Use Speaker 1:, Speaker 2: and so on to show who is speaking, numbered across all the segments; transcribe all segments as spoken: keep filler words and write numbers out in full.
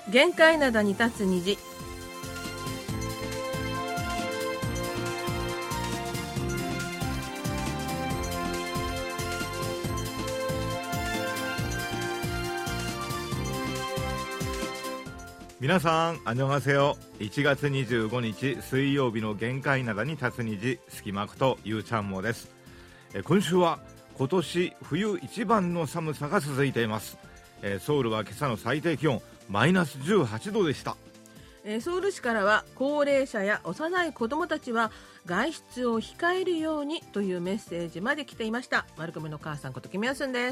Speaker 1: 限界灘に立つ虹。
Speaker 2: 皆さん、あにょがせよ。いちがつにじゅうごにち水曜日の限界灘に立つ虹、隙間ことゆうちゃんもです。え今週は今年冬一番の寒さが続いています。えソウルは今朝の最低気温マイナスじゅうはちどでした。
Speaker 1: えソウル市からは高齢者や幼い子どもたちは外出を控えるようにというメッセージまで来ていました。マルコメの母さんことキムヤスンです。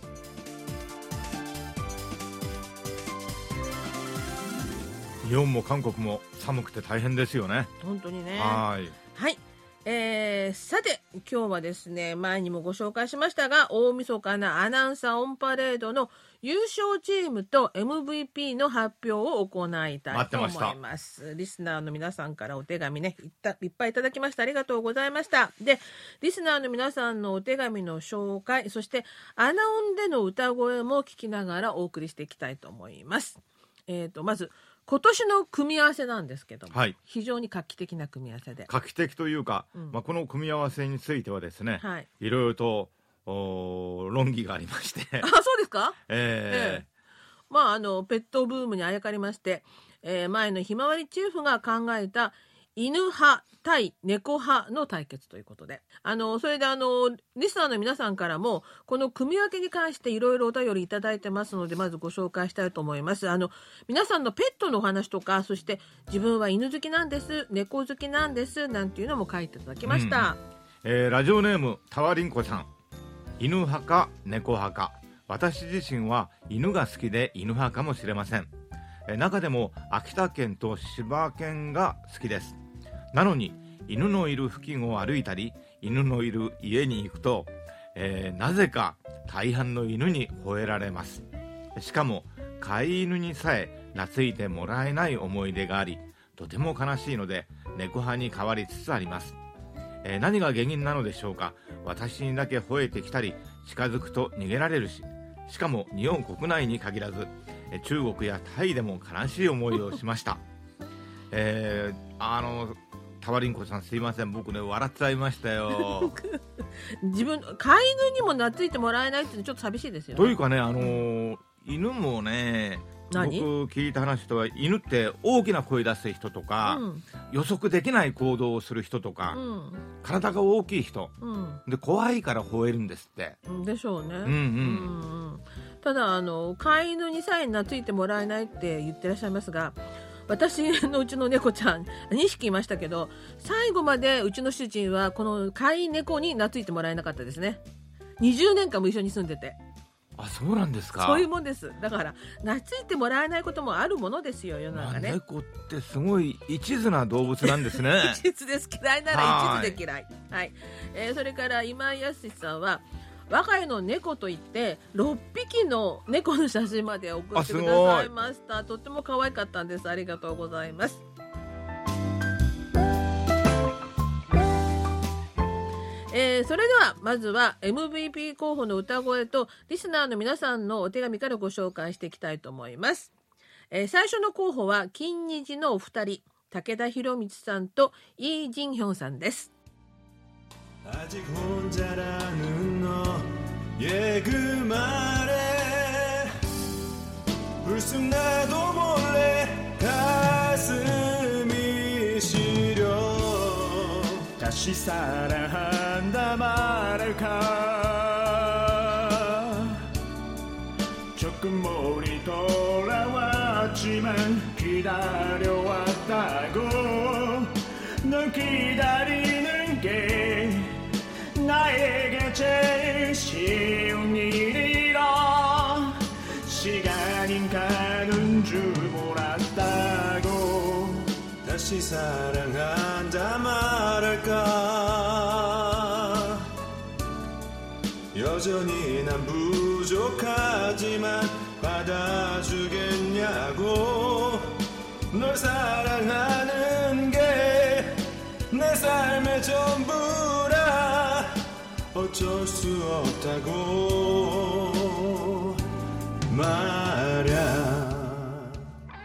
Speaker 2: 日本も韓国も寒くて大変ですよね。
Speaker 1: 本当にね。
Speaker 2: はい、
Speaker 1: はいえー、さて今日はですね、前にもご紹介しましたが、大晦日なアナウンサーオンパレードの優勝チームと エムブイピー の発表を行いたいと思います。リスナーの皆さんからお手紙ね、いったいっぱいいただきました。ありがとうございました。で、リスナーの皆さんのお手紙の紹介、そしてアナウンでの歌声も聞きながらお送りしていきたいと思います。えーと、まず今年の組み合わせなんですけども、はい、非常に画期的な組み合わせで、
Speaker 2: 画期的というか、うんまあ、この組み合わせについてはですね、はい、いろいろと論議がありまして
Speaker 1: あ、そうですか、
Speaker 2: えーえー
Speaker 1: まあ、あのペットブームにあやかりまして、えー、前のひまわりチーフが考えた犬派対猫派の対決ということで、あのそれであのリスナーの皆さんからもこの組み分けに関していろいろお便りいただいてますので、まずご紹介したいと思います。あの皆さんのペットのお話とか、そして自分は犬好きなんです、猫好きなんですなんていうのも書いていただきました。
Speaker 2: うんえー、ラジオネームタワリンコさん、犬派か猫派か。私自身は犬が好きで犬派かもしれません。えー、中でも秋田県と柴犬が好きです。なのに犬のいる付近を歩いたり犬のいる家に行くと、えー、なぜか大半の犬に吠えられます。しかも飼い犬にさえ懐いてもらえない思い出があり、とても悲しいので猫派に変わりつつあります。えー、何が原因なのでしょうか。私にだけ吠えてきたり近づくと逃げられるし、しかも日本国内に限らず、えー、中国やタイでも悲しい思いをしました。えー、あのタワリンコさんすいません、僕ね笑っちゃいましたよ
Speaker 1: 自分飼い犬にも懐いてもらえないってちょっと寂しいですよね。
Speaker 2: というかね、あのー、犬もね、
Speaker 1: 何
Speaker 2: 僕聞いた話とは犬って大きな声出す人とか、うん、予測できない行動をする人とか、うん、体が大きい人、うん、で怖いから吠えるんですって。
Speaker 1: でしょうね、うんうん
Speaker 2: うんうん、
Speaker 1: ただあの飼い犬にさえ懐いてもらえないって言ってらっしゃいますが、私のうちの猫ちゃんにひきいましたけど、最後までうちの主人はこの飼い猫に懐いてもらえなかったですね。にじゅうねんかんも一緒に住んでて。
Speaker 2: あ、そうなんですか。
Speaker 1: そういうもんです。だから懐いてもらえないこともあるものですよ、世の中ね。
Speaker 2: 猫ってすごい一途な動物なんですね
Speaker 1: 一途です。嫌いなら一途で嫌い。はい、えー、それから今井康さんは、我が家の猫といってろっぴきの猫の写真まで送ってくださいました。とっても可愛かったんです。ありがとうございます。えー、それではまずは エムブイピー 候補の歌声とリスナーの皆さんのお手紙からご紹介していきたいと思います。えー、最初の候補は金虹のお二人、武田博光さんとイ・ジンヒョンさんです。
Speaker 3: 아직 혼자라는 너 예그 말에 불쑥 나도 몰래 가슴이 시려 다시 사랑한다 말할까. 조금 멀리 돌아왔지만 기다려왔다고. 널 기다리는 게 나에게 제일 쉬운 일이라. 시간이 가는 줄 몰랐다고. 다시 사랑한다 말할까. 여전히 난 부족하지만 받아주겠냐고. 널 사랑하는 게 내 삶의 전부라. 어쩔 수 없다고 말야.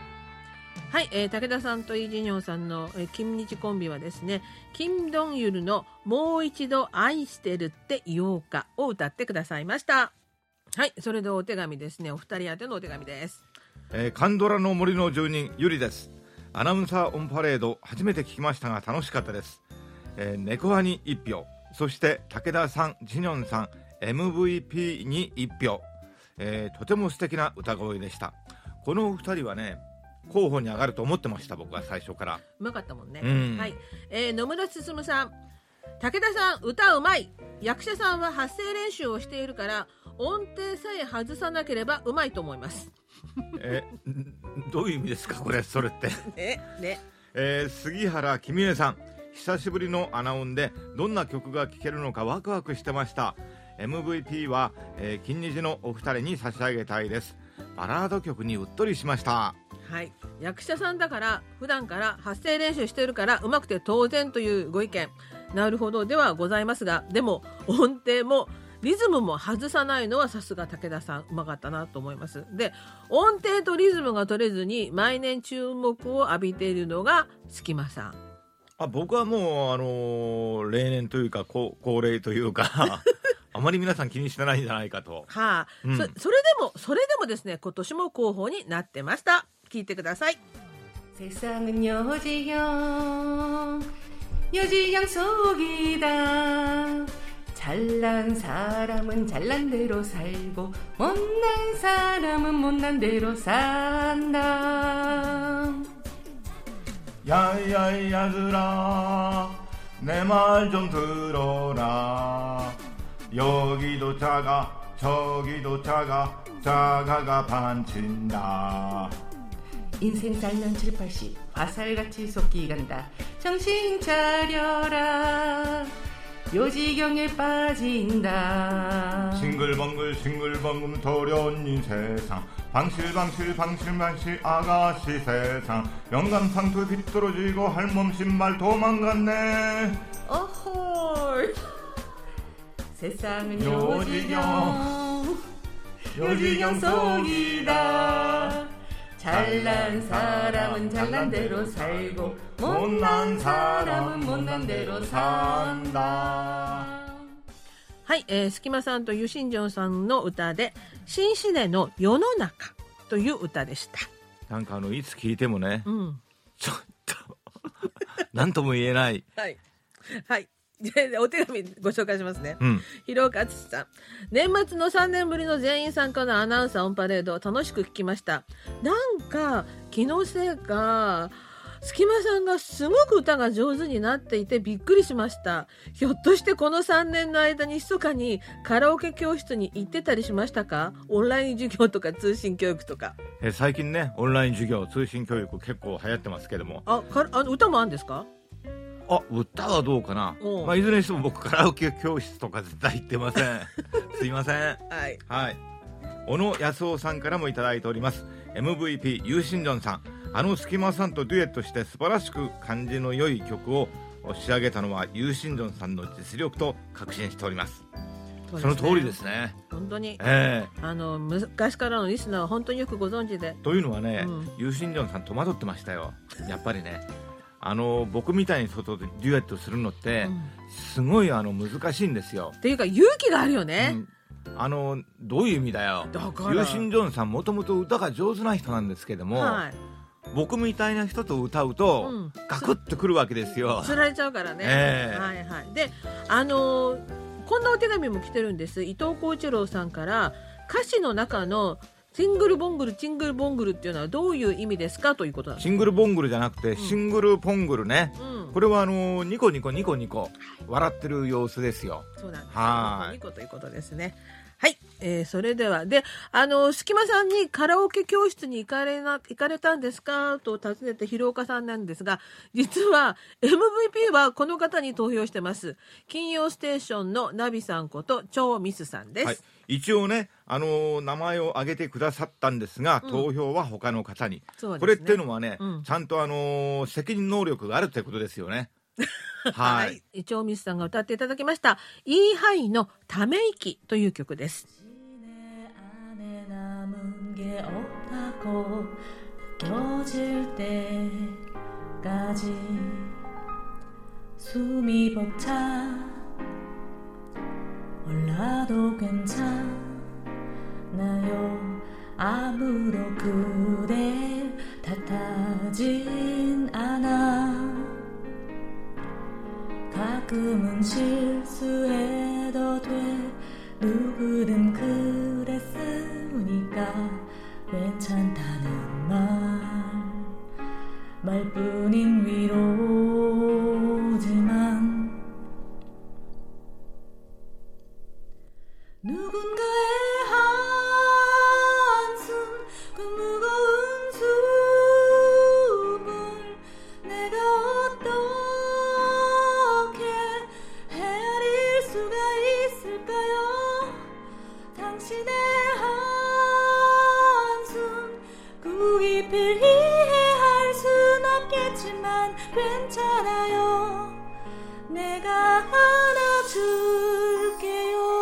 Speaker 1: はい、えー、武田さんとイ・ジニョンさんの、えー、金日コンビはですね、金ドンユルのもう一度愛してるって言おうかを歌ってくださいました。はい、それでお手紙ですね。お二人宛てのお手紙です。
Speaker 2: えー、カンドラの森の住人ゆりです。アナウンサーオンパレード初めて聞きましたが楽しかったです。えー、猫派にいち票、そして武田さん、ジニョンさん エムブイピー にいち票、えー、とても素敵な歌声でした。このお二人はね候補に上がると思ってました。僕は最初から。
Speaker 1: うまかったもんね、
Speaker 2: うん、
Speaker 1: はい、えー、野村進さん、武田さん歌うまい。役者さんは発声練習をしているから音程さえ外さなければうまいと思います。
Speaker 2: えどういう意味ですかこれ、それって
Speaker 1: ねね、
Speaker 2: えー、杉原君江さん、久しぶりのアナウンでどんな曲が聴けるのかワクワクしてました。 エムブイピー は、えー、金日のお二人に差し上げたいです。バラード曲にうっとりしました。
Speaker 1: はい、役者さんだから普段から発声練習してるからうまくて当然というご意見、なるほどではございますが、でも音程もリズムも外さないのはさすが武田さん、うまかったなと思います。で、音程とリズムが取れずに毎年注目を浴びているのが隙間さん。
Speaker 2: あ、僕はもう、あのー、例年というか恒例というかあまり皆さん気にしてないんじゃないかと。
Speaker 1: はあ、うん、そ, それでもそれでもですね、今年も候補になってました。聞いてください。
Speaker 4: 세상은 요지경 요지경 속이다. 잘난 사람은 잘난 대로 살고 못난 사람은 못난 대로 산다.
Speaker 2: 야야 야들아 내 말 좀 들어라. 여기도 작아 저기도 작아 작아가 반친다.
Speaker 4: 인생 살면 칠팔십 화살같이 속기 간다. 정신 차려라. 요지경에 빠진다.
Speaker 2: 싱글벙글 싱글벙글 도련님 세상 방실방실 방실방실 아가씨 세상 영감상투 비뚤어지고 할멈신 말 도망갔네.
Speaker 4: 어헐. 세상은
Speaker 2: 요지경
Speaker 4: 요지경 속이다. 잘난 사람은 잘난 대로 살고 못난 사람은 못난 대로 산다.
Speaker 1: はい、えー、隙間さんとユシンジョンさんの歌で新シネの世の中という歌でした。
Speaker 2: なんかあのいつ聞いてもね、
Speaker 1: うん、
Speaker 2: ちょっと何とも言えない。
Speaker 1: はいはい、お手紙ご紹介しますね、
Speaker 2: うん、
Speaker 1: 広岡敦さん、年末のさんねんぶりの全員参加のアナウンサーオンパレード楽しく聞きました。なんか気のせいか隙間さんがすごく歌が上手になっていてびっくりしました。ひょっとしてこのさんねんの間に密かにカラオケ教室に行ってたりしましたか？オンライン授業とか通信教育とか。
Speaker 2: え最近ねオンライン授業通信教育結構流行ってますけども、
Speaker 1: あかあの歌もあるんですか？
Speaker 2: あ、歌はどうかな、まあ、いずれにしても僕カラオケ教室とか絶対行ってませんすいません。
Speaker 1: はい、
Speaker 2: はい、小野康夫さんからもいただいております。 エムブイピー ユーシンジョンさん、あの隙間さんとデュエットして素晴らしく感じの良い曲を仕上げたのはユーシンジョンさんの実力と確信しております。 そ, ね、その通りですね。
Speaker 1: 本当に、
Speaker 2: えー、
Speaker 1: あの昔からのリスナーは本当によくご存知で。
Speaker 2: というのはね、
Speaker 1: うん、
Speaker 2: ユーシンジョンさん戸惑ってましたよ。やっぱりねあの僕みたいに外でデュエットするのって、うん、すごいあの難しいんですよ。
Speaker 1: っていうか勇気があるよね、
Speaker 2: うん、あのどういう意味だよ。
Speaker 1: だから
Speaker 2: ユーシンジョンさんもともと歌が上手な人なんですけども、はい、僕みたいな人と歌うと、うん、ガクッとくるわけですよ。
Speaker 1: つられちゃうからね、
Speaker 2: えー、
Speaker 1: はいはい。であのー、こんなお手紙も来てるんです。伊藤浩一郎さんから、歌詞の中のシングルボングルチングルボングルっていうのはどういう意味ですかということなんです。
Speaker 2: シングルボングルじゃなくて、うん、シングルポングルね、うん、これはあのニコニコニコニコ笑ってる様子ですよ。
Speaker 1: そうなんです。
Speaker 2: はい、
Speaker 1: ニコニコということですね。はい、えー、それではであの隙間さんにカラオケ教室に行かれな行かれたんですかと尋ねて広岡さんなんですが、実は エムブイピー はこの方に投票してます。金曜ステーションのナビさんこと超ミスさんです。
Speaker 2: はい、一応ねあの名前を挙げてくださったんですが、うん、投票は他の方に、
Speaker 1: そうですね、
Speaker 2: これっていうのはね、うん、ちゃんとあの責任能力があるということですよね。はい、
Speaker 1: イチョウミスさんが歌っていただきましたイーハイのため息という曲です。
Speaker 4: 껴질 때까지 숨이 벅차 올라도 괜찮나요? 아무도 그댈 탓하진 않아. 가끔은 실수해도 돼. 누구든 그랬으니까 괜찮다는 말 말뿐인 위로지만 누군가의 한숨 그 무거운 숨을 내가 어떻게 헤아릴 수가 있을까요? 당신의 한숨 그 잎을 이해할 순 없겠지만 괜찮아요. 내가 안아줄게요.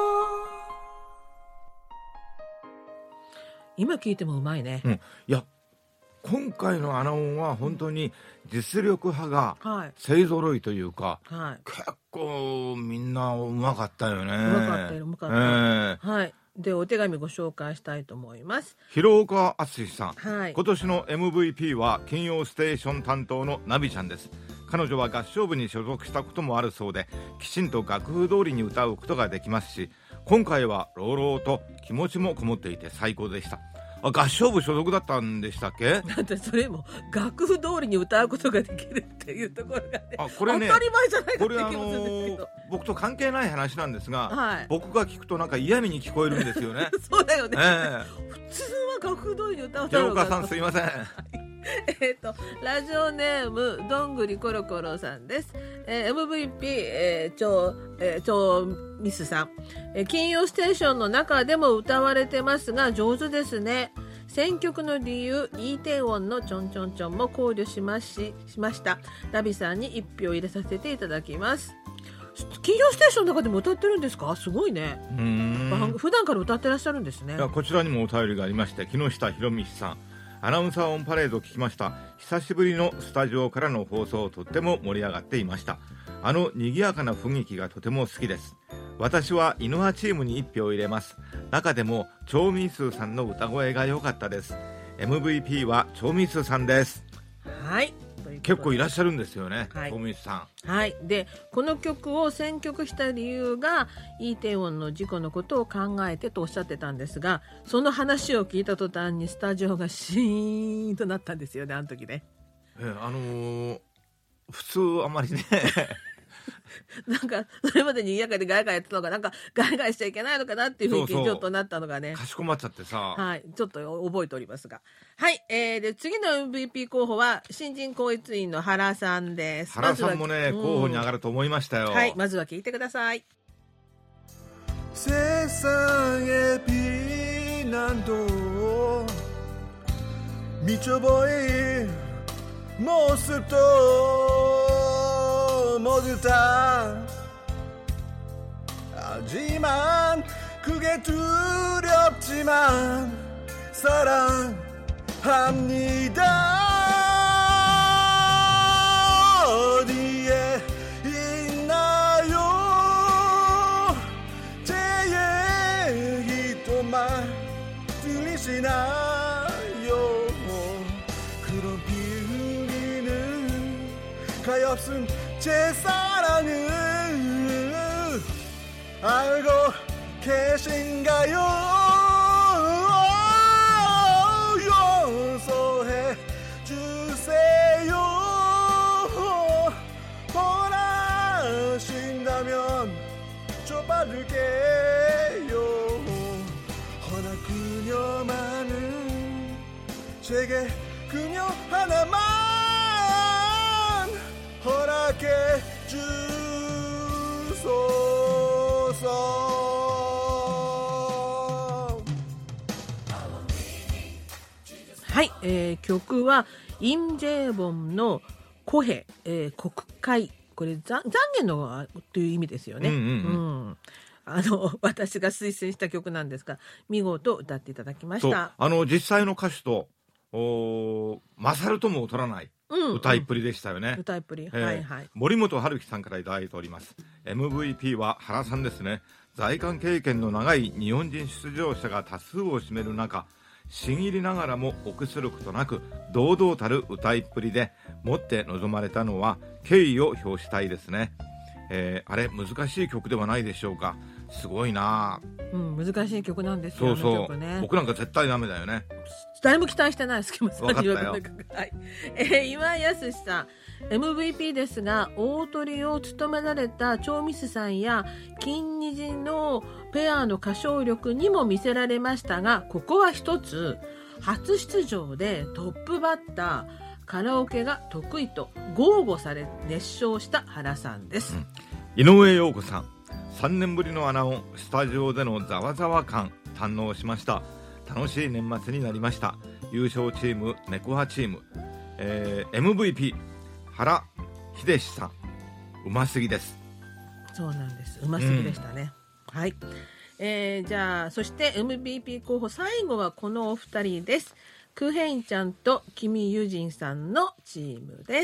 Speaker 1: 今聞いてもうまいね。
Speaker 2: うん、いや今回のアナオンは本当に実力派が
Speaker 1: はい
Speaker 2: 勢ぞろいというか、
Speaker 1: はい。
Speaker 2: 結構みんなうまかったよね。
Speaker 1: うまかったようまかった。
Speaker 2: えー
Speaker 1: はい。でお手紙ご紹介したいと思います。
Speaker 2: 広岡敦さん、
Speaker 1: はい。
Speaker 2: 今年の エムブイピー は金曜ステーション担当のナビちゃんです。彼女は合唱部に所属したこともあるそうで、きちんと楽譜通りに歌うことができますし、今回は朗々と気持ちもこもっていて最高でした。あ、合唱部所属だったんでしたっけ？
Speaker 1: だってそれも楽譜通りに歌うことができるっていうところがね、
Speaker 2: あ、これね、
Speaker 1: 当たり前じゃないかって
Speaker 2: これあの
Speaker 1: 気もするんですけど、
Speaker 2: ー僕と関係ない話なんですが、
Speaker 1: はい。
Speaker 2: 僕が聞くとなんか嫌味に聞こえるんですよね。
Speaker 1: そうだよね。
Speaker 2: え
Speaker 1: 普通は楽譜通りに歌う
Speaker 2: え、広岡
Speaker 1: だろうが
Speaker 2: さんすいません。
Speaker 1: えっとラジオネームどんぐりころころさんです。えー、エムブイピー、えー、超、えー、超ミスさん、えー、金曜ステーションの中でも歌われてますが上手ですね。選曲の理由、イー低音のちょんちょんちょんも考慮しまし、しました。ラビさんに一票入れさせていただきます。金曜ステーションの中でも歌ってるんですか？すごいね。
Speaker 2: うーん、
Speaker 1: 普段から歌ってらっしゃるんですね。
Speaker 2: いやこちらにもお便りがありまして、木下博道さん、アナウンサーオンパレード聞きました。久しぶりのスタジオからの放送、とっても盛り上がっていました。あの賑やかな雰囲気がとても好きです。私は犬派チームに一票入れます。中でもチョーミースーさんの歌声が良かったです。 エムブイピー はチョーミースーさんです。
Speaker 1: はい。
Speaker 2: 結構いらっしゃるんですよね、
Speaker 1: はい、
Speaker 2: チョーミースーさん。
Speaker 1: はい。でこの曲を選曲した理由がイー低音の事故のことを考えてとおっしゃってたんですが、その話を聞いた途端にスタジオがシーンとなったんですよね、あの時ね。
Speaker 2: えあのー、普通あんまりね
Speaker 1: なんかそれまでに賑やかでガヤガヤやってたのがなんかガヤガヤしちゃいけないのかなっていう雰囲気にちょっとなったのがね、
Speaker 2: かしこまっちゃってさ、
Speaker 1: はい、ちょっと覚えておりますが、はい、えー、で次の エムブイピー 候補は新人校閲員の原さんです。
Speaker 2: 原さんもね、
Speaker 1: ま、
Speaker 2: 候補に上がると思いましたよ。
Speaker 1: はい、まずは聞いてください。
Speaker 3: 세상의 비난도 미쳐 보인 모습도 모두 다 알지만 그게 두렵지만 사랑합니다. 어디에 있나요? 제 얘기 또 말 들리시나요? 그런 비우기는 가엾은 제 사랑을 알고 계신가요? 용서해 주세요. 원하신다면 좁아줄게요. 허나 그녀만은 제게 그녀 하나만 허락해 주소서.
Speaker 1: はい、えー、曲はインジェーボンのコヘ、えー、国会、これ懺悔のという意味ですよね。
Speaker 2: うんうんうん
Speaker 1: うん、あの私が推薦した曲なんですが見事歌っていただきました。
Speaker 2: あの実際の歌手とお勝るとも劣らない歌いっぷりでしたよね、
Speaker 1: うんうん、歌いっぷり、
Speaker 2: えー
Speaker 1: はいはい。
Speaker 2: 森本春樹さんからいただいております。 エムブイピー は原さんですね。在韓経験の長い日本人出場者が多数を占める中、しん入りながらも臆することなく堂々たる歌いっぷりでもって臨まれたのは敬意を表したいですね。えー、あれ難しい曲ではないでしょうか。すごいな、
Speaker 1: うん、難しい曲なんですよ。
Speaker 2: そうそう、
Speaker 1: 曲ね、
Speaker 2: 僕なんか絶対ダメだよね。
Speaker 1: 誰も期待してないですけど、
Speaker 2: 分かったよ。
Speaker 1: はい、えー、今井康さん エムブイピー ですが、大トリを務められたチョーミスさんや金虹のペアの歌唱力にも見せられましたが、ここは一つ初出場でトップバッター、カラオケが得意と豪語され熱唱した原さんです、
Speaker 2: うん、井上陽子さん、さんねんぶりのアナウンスタジオでのざわざわ感堪能しました。楽しい年末になりました。優勝チーム猫派チーム、えー、エムブイピー 原秀志さん、うますぎです。
Speaker 1: そうなんです、うますぎでしたね、うん、はい、えー、じゃあそして エムブイピー 候補最後はこのお二人です。クヘインちゃんとキミ・ユジンさんのチームです。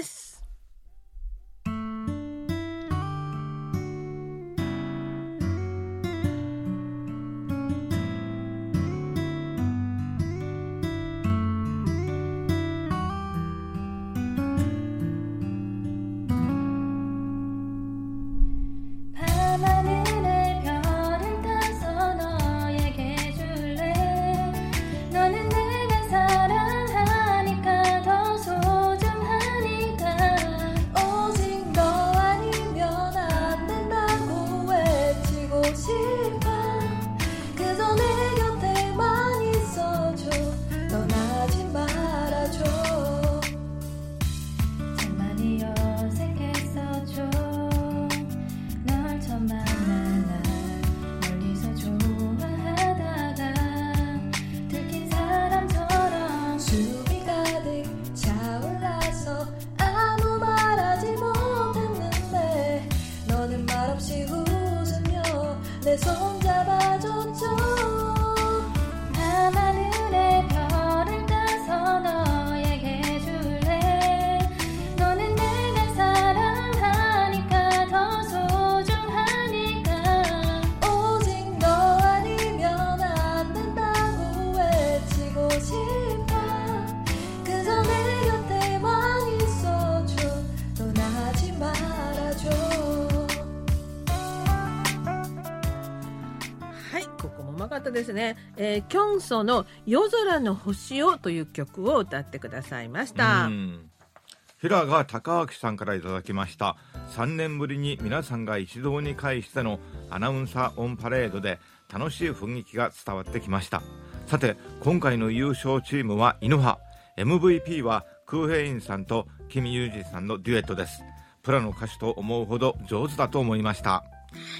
Speaker 1: ですね、えー、キョンソの夜空の星をという曲を歌ってくださいました。うん、
Speaker 2: 平賀孝明さんからいただきました。さんねんぶりに皆さんが一堂に会してのアナウンサーオンパレードで楽しい雰囲気が伝わってきました。さて今回の優勝チームは犬派、 エムブイピー はクーヘインさんとキミ・ユージさんのデュエットです。プロの歌手と思うほど上手だと思いました。はい、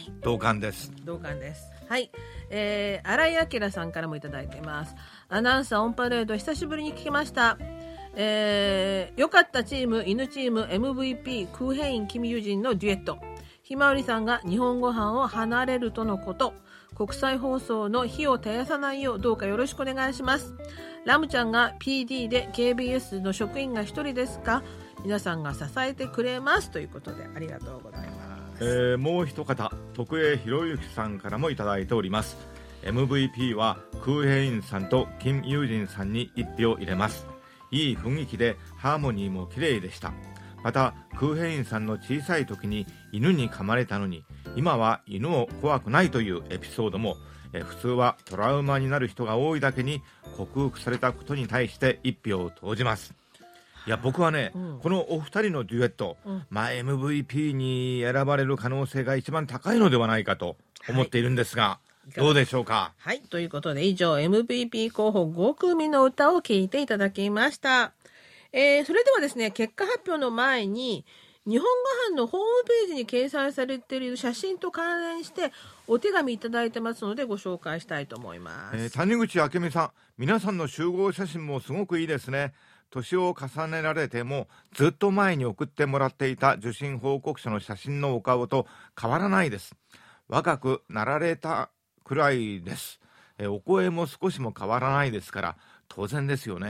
Speaker 2: 同感です。
Speaker 1: 同感です。はい、えー、新井明さんからもいただいています。アナウンサーオンパレード久しぶりに聞きました。えー、よかったチーム、犬チーム エムブイピー クーヘインキミユジンのデュエット。ひまわりさんが日本ご飯を離れるとのこと。国際放送の火を絶やさないようどうかよろしくお願いします。ラムちゃんが ピーディー で ケービーエス の職員が一人ですか。皆さんが支えてくれますということでありがとうございます。
Speaker 2: えー、もう一方、徳江博之さんからもいただいております。 エムブイピー はクーヘインさんとキム・ユージンさんにいち票入れます。いい雰囲気でハーモニーも綺麗でした。またクーヘインさんの小さい時に犬に噛まれたのに今は犬を怖くないというエピソードも、え普通はトラウマになる人が多いだけに克服されたことに対していち票を投じます。いや僕はね、うん、このお二人のデュエット、うん、まあ エムブイピー に選ばれる可能性が一番高いのではないかと思っているんですが、はい、どうでしょうか。
Speaker 1: はい、ということで以上 エムブイピー 候補ご組の歌を聴いていただきました。えー、それではですね、結果発表の前に日本ごはんのホームページに掲載されている写真と関連してお手紙いただいてますのでご紹介したいと思います。
Speaker 2: えー、谷口明美さん、皆さんの集合写真もすごくいいですね。年を重ねられてもずっと前に送ってもらっていた受信報告書の写真のお顔と変わらないです。若くなられたくらいです。えお声も少しも変わらないですから当然ですよね。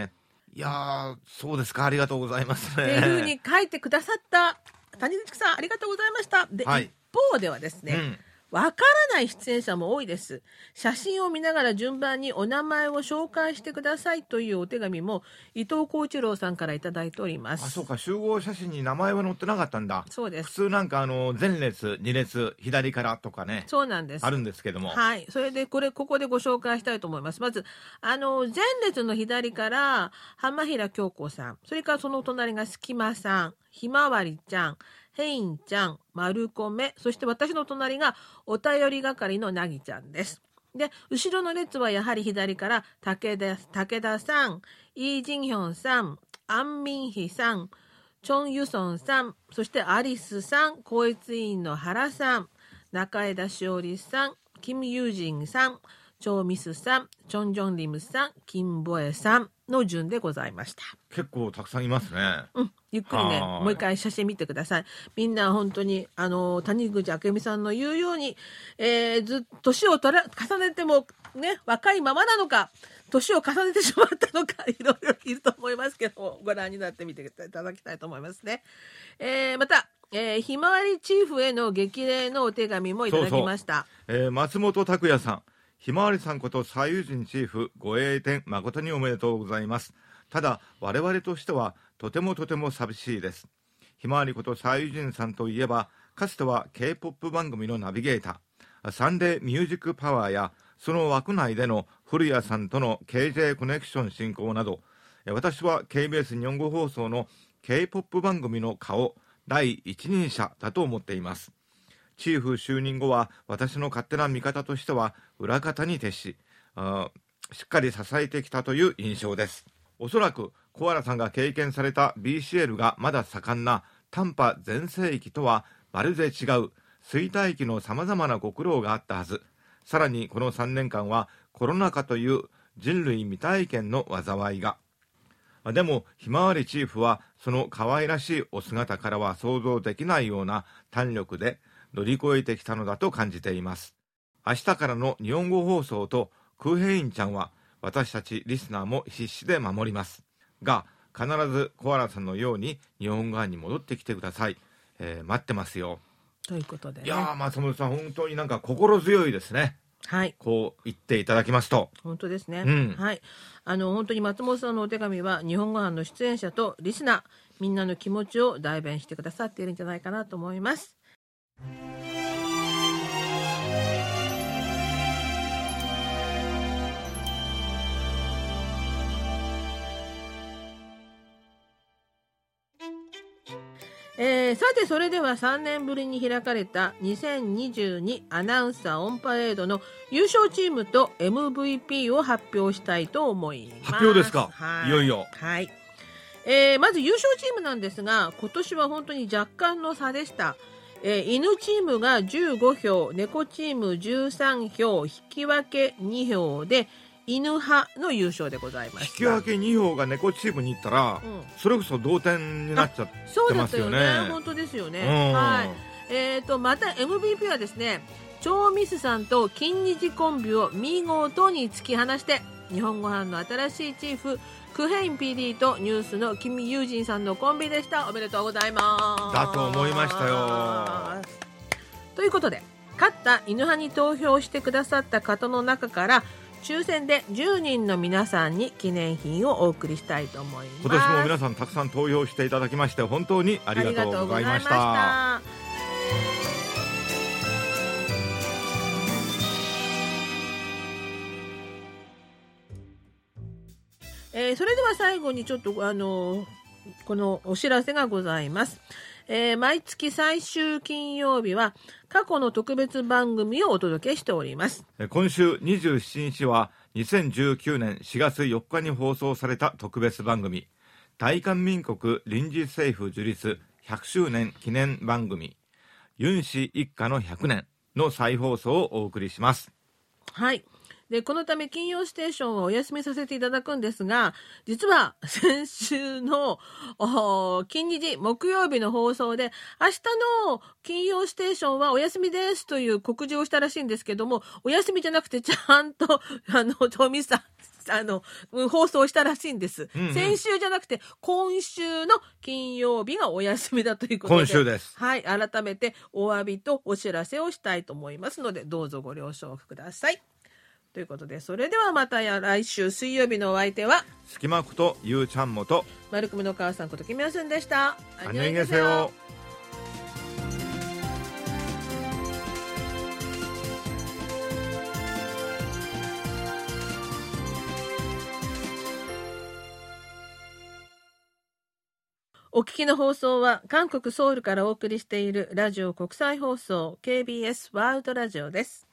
Speaker 2: いやー、そうですか、ありがとうございますね。
Speaker 1: っていうふうに書いてくださった谷口さん、ありがとうございました。で、はい、一方ではですね、うんわからない出演者も多いです。写真を見ながら順番にお名前を紹介してくださいというお手紙も伊藤浩一郎さんからいただいております。
Speaker 2: あ、そうか、集合写真に名前は載ってなかったんだ。
Speaker 1: そうです。
Speaker 2: 普通なんかあの前列に列左からとかね、
Speaker 1: そうなんです。
Speaker 2: あるんですけども、
Speaker 1: はい、それでこれここでご紹介したいと思います。まずあの前列の左から浜平京子さん、それからその隣が隙間さん、ひまわりちゃん、ヘインちゃん、マルコメ、そして私の隣がお便り係のなぎちゃんです。で、後ろの列はやはり左から武田、武田さん、イージンヒョンさん、アンミンヒさん、チョンユソンさん、そしてアリスさん、校閲委員の原さん、中枝しおりさん、キムユージンさん、チョウミスさん、チョンジョンリムさん、キンボエさんの順でございました。
Speaker 2: 結構たくさんいますね。
Speaker 1: うん、ゆっくりね、もう一回写真見てください。みんな本当にあの谷口明美さんの言うように、えー、ずっと年を取ら重ねてもね若いままなのか、年を重ねてしまったのか、いろいろいると思いますけど、ご覧になってみていただきたいと思いますね。えー、また、えー、ひまわりチーフへの激励のお手紙もいただきました。
Speaker 2: そうそう、えー、松本拓也さん、ひまわりさんこと西友人チーフご栄転誠におめでとうございます。ただ我々としてはとてもとても寂しいです。ひまわりこと西友人さんといえば、かつては K-ポップ 番組のナビゲーター、サンデーミュージックパワーやその枠内での古谷さんとの ケージェー コネクション進行など、私は ケービーエス 日本語放送の K-ポップ 番組の顔、第一人者だと思っています。チーフ就任後は私の勝手な見方としては裏方に徹し、あしっかり支えてきたという印象です。おそらく小原さんが経験された ビーシーエル がまだ盛んな短波全盛期とはまるで違う衰退期のさまざまなご苦労があったはず。さらにこのさんねんかんはコロナ禍という人類未体験の災いが。でもひまわりチーフはその可愛らしいお姿からは想像できないような胆力で乗り越えてきたのだと感じています。明日からの日本語放送とクーヘインちゃんは私たちリスナーも必死で守りますが、必ず小原さんのように日本語版に戻ってきてください、えー、待ってますよ
Speaker 1: ということで、ね、
Speaker 2: いやー松本さん本当になんか心強いですね。
Speaker 1: はい、
Speaker 2: こう言っていただきますと
Speaker 1: 本当ですね、
Speaker 2: うん、
Speaker 1: はい、あの本当に松本さんのお手紙は日本語版の出演者とリスナーみんなの気持ちを代弁してくださっているんじゃないかなと思います。えー、さてそれではさんねんぶりに開かれたにせんにじゅうにアナウンサーオンパレードの優勝チームと エムブイピー を発表したいと思います。
Speaker 2: 発表ですか。
Speaker 1: はい、
Speaker 2: いよいよ、
Speaker 1: はいえー、まず優勝チームなんですが、今年は本当に若干の差でした。えー、犬チームがじゅうごひょう、猫チームじゅうさんひょう、引き分けにひょうで犬派の優勝でございました。
Speaker 2: 引き分けにひょうが猫チームに行ったら、うん、それこそ同点になっちゃってますよね。
Speaker 1: そうですよね。本当ですよね。はい。えーとまた エムブイピー はですね、チョウミスさんと金日コンビを見事に突き放して日本語版の新しいチーフクヘイン ピーディー とニュースのキム・ユージンさんのコンビでした。おめでとうございます。
Speaker 2: だと思いましたよ。
Speaker 1: ということで勝った犬派に投票してくださった方の中から抽選でじゅうにんの皆さんに記念品をお送りしたいと思います。
Speaker 2: 今年も皆さんたくさん投票していただきまして本当にありがとうございました。
Speaker 1: えー、それでは最後にちょっとあのこのお知らせがございます。えー、毎月最終金曜日は過去の特別番組をお届けしております。
Speaker 2: 今週にじゅうしちにちはにせんじゅうきゅうねんしがつよっかに放送された特別番組大韓民国臨時政府樹立ひゃくしゅうねん記念番組ユン氏一家のひゃくねんの再放送をお送りします。
Speaker 1: はい、 で、このため金曜ステーションはお休みさせていただくんですが、実は先週の金日木曜日の放送で、明日の金曜ステーションはお休みですという告示をしたらしいんですけども、お休みじゃなくてちゃんと、あの、トミさん、あの、放送したらしいんです、うんうん。先週じゃなくて、今週の金曜日がお休みだということで。
Speaker 2: 今週です。
Speaker 1: はい。改めてお詫びとお知らせをしたいと思いますので、どうぞご了承ください。ということで、それではまたや来週水曜日のお相手は、
Speaker 2: すきまことゆうちゃんもと、
Speaker 1: 丸組の母さんこときみやすんでした。
Speaker 2: あにょいげせよ。
Speaker 1: お聞きの放送は韓国ソウルからお送りしているラジオ国際放送 ケービーエス ワールドラジオです。